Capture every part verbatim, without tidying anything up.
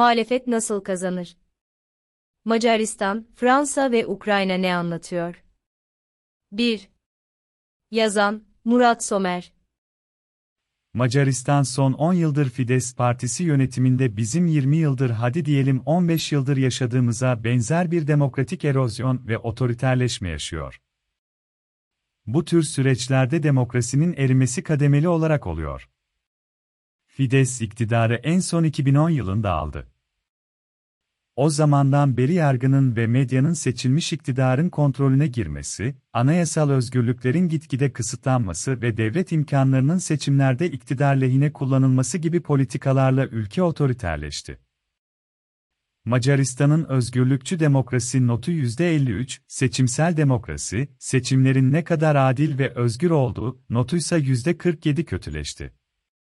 Muhalefet nasıl kazanır? Macaristan, Fransa ve Ukrayna ne anlatıyor? bir. Yazan, Murat Somer. Macaristan son on yıldır Fidesz partisi yönetiminde bizim yirmi yıldır hadi diyelim on beş yıldır yaşadığımıza benzer bir demokratik erozyon ve otoriterleşme yaşıyor. Bu tür süreçlerde demokrasinin erimesi kademeli olarak oluyor. Fidesz iktidarı en son iki bin on yılında aldı. O zamandan beri yargının ve medyanın seçilmiş iktidarın kontrolüne girmesi, anayasal özgürlüklerin gitgide kısıtlanması ve devlet imkanlarının seçimlerde iktidar lehine kullanılması gibi politikalarla ülke otoriterleşti. Macaristan'ın özgürlükçü demokrasi notu yüzde elli üç, seçimsel demokrasi, seçimlerin ne kadar adil ve özgür olduğu notuysa yüzde kırk yedi kötüleşti.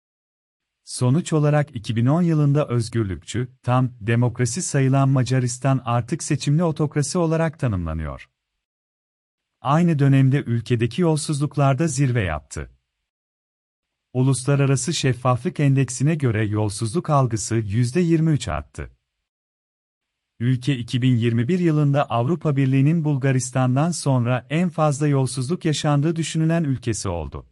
Sonuç olarak iki bin on yılında özgürlükçü, tam, demokrasi sayılan Macaristan artık seçimli otokrasi olarak tanımlanıyor. Aynı dönemde ülkedeki yolsuzluklarda zirve yaptı. Uluslararası Şeffaflık Endeksine göre yolsuzluk algısı yüzde yirmi üç arttı. Ülke iki bin yirmi bir yılında Avrupa Birliği'nin Bulgaristan'dan sonra en fazla yolsuzluk yaşandığı düşünülen ülkesi oldu.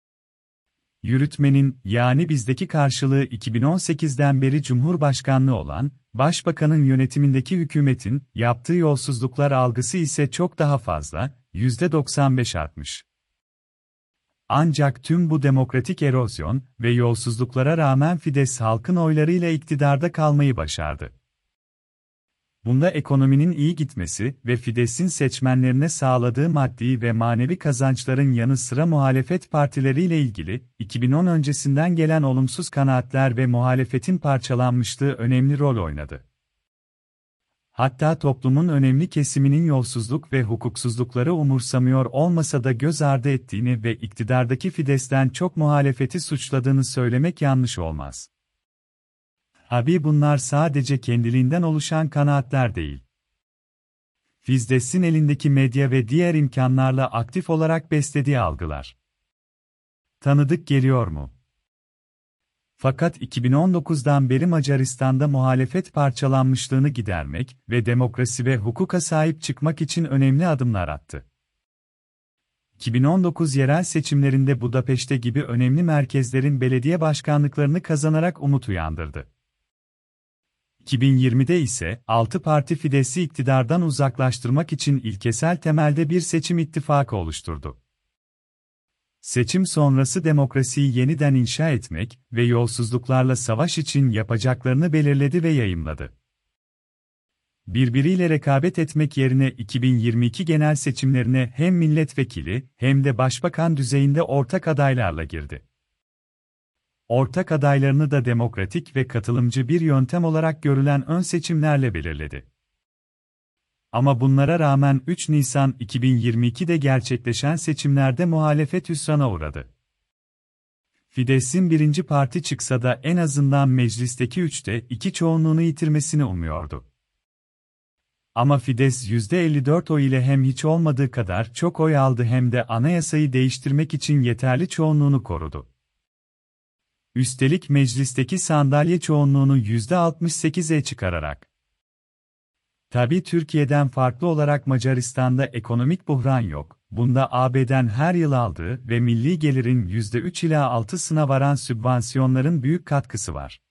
Yürütmenin, yani bizdeki karşılığı iki bin on sekizden beri Cumhurbaşkanlığı olan, Başbakanın yönetimindeki hükümetin, yaptığı yolsuzluklar algısı ise çok daha fazla, yüzde doksan beş artmış. Ancak tüm bu demokratik erozyon ve yolsuzluklara rağmen Fidesz halkın oylarıyla iktidarda kalmayı başardı. Bunda ekonominin iyi gitmesi ve Fidesz'in seçmenlerine sağladığı maddi ve manevi kazançların yanı sıra muhalefet partileriyle ilgili, iki bin on öncesinden gelen olumsuz kanaatler ve muhalefetin parçalanmışlığı önemli rol oynadı. Hatta toplumun önemli kesiminin yolsuzluk ve hukuksuzlukları umursamıyor olmasa da göz ardı ettiğini ve iktidardaki Fidesz'ten çok muhalefeti suçladığını söylemek yanlış olmaz. Tabii bunlar sadece kendiliğinden oluşan kanaatler değil. Fidesz'in elindeki medya ve diğer imkanlarla aktif olarak beslediği algılar. Tanıdık geliyor mu? Fakat iki bin on dokuzdan beri Macaristan'da muhalefet parçalanmışlığını gidermek ve demokrasi ve hukuka sahip çıkmak için önemli adımlar attı. iki bin on dokuz yerel seçimlerinde Budapeşte gibi önemli merkezlerin belediye başkanlıklarını kazanarak umut uyandırdı. iki bin yirmide ise, altı parti Fidesz'i iktidardan uzaklaştırmak için ilkesel temelde bir seçim ittifakı oluşturdu. Seçim sonrası demokrasiyi yeniden inşa etmek ve yolsuzluklarla savaş için yapacaklarını belirledi ve yayımladı. Birbiriyle rekabet etmek yerine iki bin yirmi iki genel seçimlerine hem milletvekili hem de başbakan düzeyinde ortak adaylarla girdi. Ortak adaylarını da demokratik ve katılımcı bir yöntem olarak görülen ön seçimlerle belirledi. Ama bunlara rağmen üç Nisan iki bin yirmi ikide gerçekleşen seçimlerde muhalefet hüsrana uğradı. Fidesz'in birinci parti çıksa da en azından meclisteki üçte iki çoğunluğunu yitirmesini umuyordu. Ama Fidesz yüzde elli dört oy ile hem hiç olmadığı kadar çok oy aldı hem de anayasayı değiştirmek için yeterli çoğunluğunu korudu. Üstelik meclisteki sandalye çoğunluğunu yüzde altmış sekize çıkararak. Tabii Türkiye'den farklı olarak Macaristan'da ekonomik buhran yok, bunda A B'den her yıl aldığı ve milli gelirin yüzde üç ila altısına varan sübvansiyonların büyük katkısı var.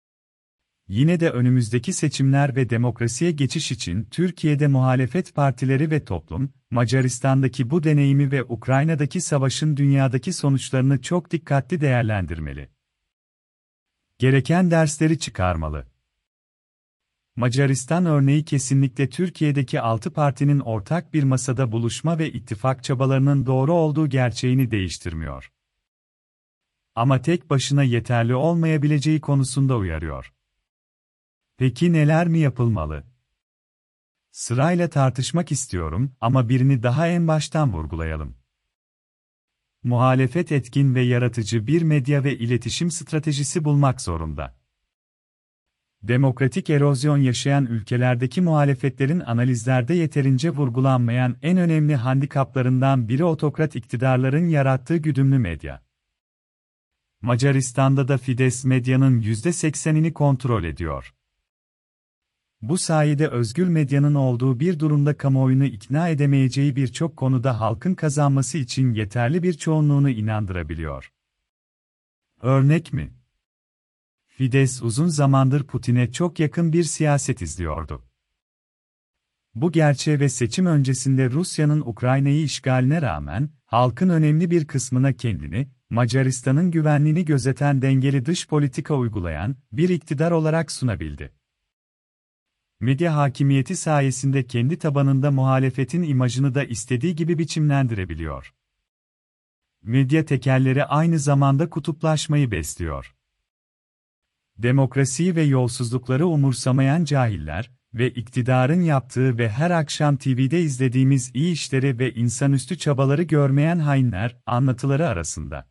Yine de önümüzdeki seçimler ve demokrasiye geçiş için Türkiye'de muhalefet partileri ve toplum, Macaristan'daki bu deneyimi ve Ukrayna'daki savaşın dünyadaki sonuçlarını çok dikkatli değerlendirmeli. Gereken dersleri çıkarmalı. Macaristan örneği kesinlikle Türkiye'deki altı partinin ortak bir masada buluşma ve ittifak çabalarının doğru olduğu gerçeğini değiştirmiyor. Ama tek başına yeterli olmayabileceği konusunda uyarıyor. Peki neler mi yapılmalı? Sırayla tartışmak istiyorum ama birini daha en baştan vurgulayalım. Muhalefet etkin ve yaratıcı bir medya ve iletişim stratejisi bulmak zorunda. Demokratik erozyon yaşayan ülkelerdeki muhalefetlerin analizlerde yeterince vurgulanmayan en önemli handikaplarından biri otokrat iktidarların yarattığı güdümlü medya. Macaristan'da da Fidesz medyanın yüzde seksenini kontrol ediyor. Bu sayede özgür medyanın olduğu bir durumda kamuoyunu ikna edemeyeceği birçok konuda halkın kazanması için yeterli bir çoğunluğunu inandırabiliyor. Örnek mi? Fidesz uzun zamandır Putin'e çok yakın bir siyaset izliyordu. Bu gerçeğe ve seçim öncesinde Rusya'nın Ukrayna'yı işgaline rağmen, halkın önemli bir kısmına kendini, Macaristan'ın güvenliğini gözeten dengeli dış politika uygulayan bir iktidar olarak sunabildi. Medya hakimiyeti sayesinde kendi tabanında muhalefetin imajını da istediği gibi biçimlendirebiliyor. Medya tekelleri aynı zamanda kutuplaşmayı besliyor. Demokrasiyi ve yolsuzlukları umursamayan cahiller ve iktidarın yaptığı ve her akşam T V'de izlediğimiz iyi işleri ve insanüstü çabaları görmeyen hainler anlatıları arasında.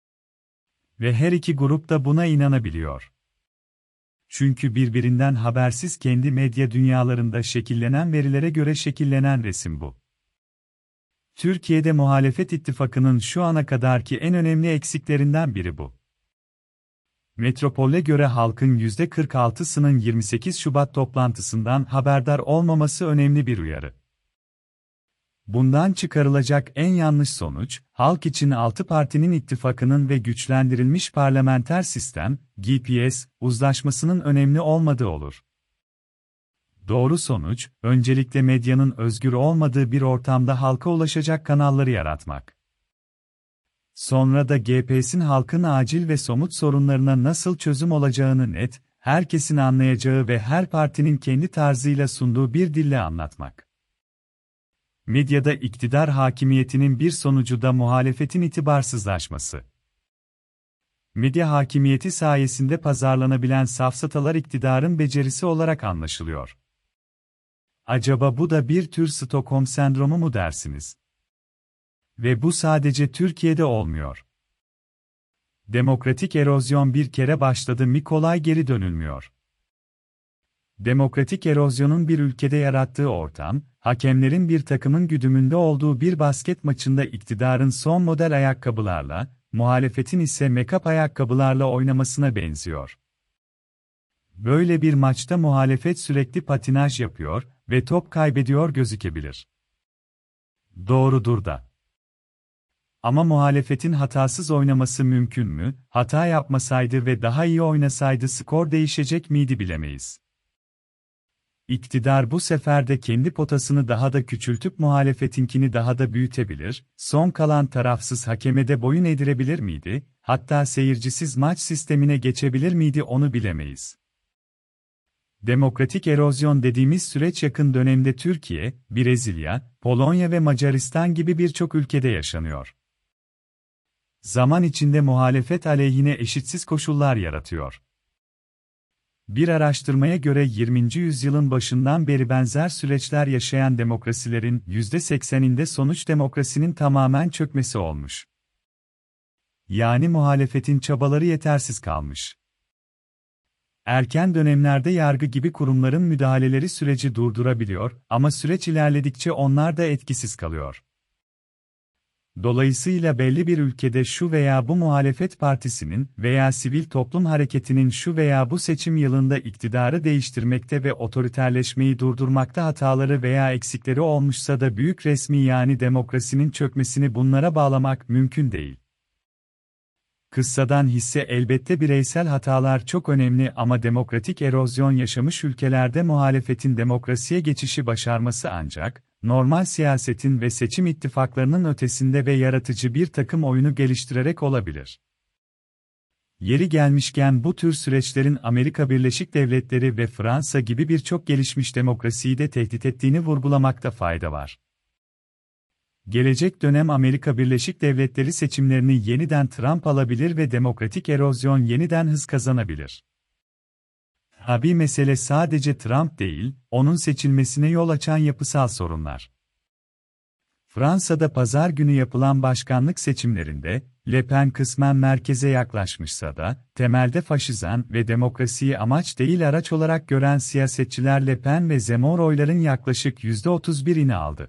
Ve her iki grup da buna inanabiliyor. Çünkü birbirinden habersiz kendi medya dünyalarında şekillenen verilere göre şekillenen resim bu. Türkiye'de muhalefet ittifakının şu ana kadarki en önemli eksiklerinden biri bu. Metropol'e göre halkın yüzde kırk altısının yirmi sekiz Şubat toplantısından haberdar olmaması önemli bir uyarı. Bundan çıkarılacak en yanlış sonuç, halk için altı partinin ittifakının ve güçlendirilmiş parlamenter sistem, G P S, uzlaşmasının önemli olmadığı olur. Doğru sonuç, öncelikle medyanın özgür olmadığı bir ortamda halka ulaşacak kanalları yaratmak. Sonra da G P S'in halkın acil ve somut sorunlarına nasıl çözüm olacağını net, herkesin anlayacağı ve her partinin kendi tarzıyla sunduğu bir dille anlatmak. Medyada iktidar hakimiyetinin bir sonucu da muhalefetin itibarsızlaşması. Medya hakimiyeti sayesinde pazarlanabilen safsatalar iktidarın becerisi olarak anlaşılıyor. Acaba bu da bir tür Stockholm sendromu mu dersiniz? Ve bu sadece Türkiye'de olmuyor. Demokratik erozyon bir kere başladı mı kolay geri dönülmüyor. Demokratik erozyonun bir ülkede yarattığı ortam, hakemlerin bir takımın güdümünde olduğu bir basket maçında iktidarın son model ayakkabılarla, muhalefetin ise make-up ayakkabılarla oynamasına benziyor. Böyle bir maçta muhalefet sürekli patinaj yapıyor ve top kaybediyor gözükebilir. Doğrudur da. Ama muhalefetin hatasız oynaması mümkün mü? Hata yapmasaydı ve daha iyi oynasaydı skor değişecek miydi bilemeyiz. İktidar bu sefer de kendi potasını daha da küçültüp muhalefetinkini daha da büyütebilir, son kalan tarafsız hakeme de boyun eğdirebilir miydi, hatta seyircisiz maç sistemine geçebilir miydi onu bilemeyiz. Demokratik erozyon dediğimiz süreç yakın dönemde Türkiye, Brezilya, Polonya ve Macaristan gibi birçok ülkede yaşanıyor. Zaman içinde muhalefet aleyhine eşitsiz koşullar yaratıyor. Bir araştırmaya göre yirminci yüzyılın başından beri benzer süreçler yaşayan demokrasilerin yüzde sekseninde sonuç demokrasinin tamamen çökmesi olmuş. Yani muhalefetin çabaları yetersiz kalmış. Erken dönemlerde yargı gibi kurumların müdahaleleri süreci durdurabiliyor ama süreç ilerledikçe onlar da etkisiz kalıyor. Dolayısıyla belli bir ülkede şu veya bu muhalefet partisinin veya sivil toplum hareketinin şu veya bu seçim yılında iktidarı değiştirmekte ve otoriterleşmeyi durdurmakta hataları veya eksikleri olmuşsa da büyük resmi yani demokrasinin çökmesini bunlara bağlamak mümkün değil. Kıssadan hisse elbette bireysel hatalar çok önemli ama demokratik erozyon yaşamış ülkelerde muhalefetin demokrasiye geçişi başarması ancak, normal siyasetin ve seçim ittifaklarının ötesinde ve yaratıcı bir takım oyunu geliştirerek olabilir. Yeri gelmişken bu tür süreçlerin Amerika Birleşik Devletleri ve Fransa gibi birçok gelişmiş demokrasiyi de tehdit ettiğini vurgulamakta fayda var. Gelecek dönem Amerika Birleşik Devletleri seçimlerini yeniden Trump alabilir ve demokratik erozyon yeniden hız kazanabilir. Tabii mesele sadece Trump değil, onun seçilmesine yol açan yapısal sorunlar. Fransa'da pazar günü yapılan başkanlık seçimlerinde, Le Pen kısmen merkeze yaklaşmışsa da, temelde faşizan ve demokrasiyi amaç değil araç olarak gören siyasetçiler Le Pen ve Zemmour oyların yaklaşık yüzde otuz birini aldı.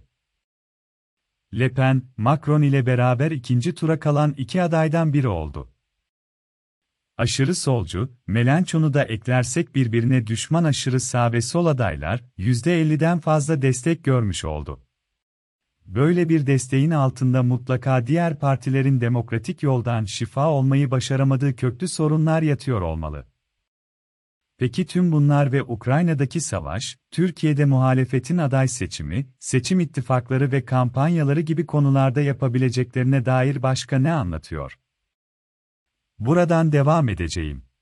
Le Pen, Macron ile beraber ikinci tura kalan iki adaydan biri oldu. Aşırı solcu, Melanchon'u da eklersek birbirine düşman aşırı sağ ve sol adaylar, yüzde elliden fazla destek görmüş oldu. Böyle bir desteğin altında mutlaka diğer partilerin demokratik yoldan şifa olmayı başaramadığı köklü sorunlar yatıyor olmalı. Peki tüm bunlar ve Ukrayna'daki savaş, Türkiye'de muhalefetin aday seçimi, seçim ittifakları ve kampanyaları gibi konularda yapabileceklerine dair başka ne anlatıyor? Buradan devam edeceğim.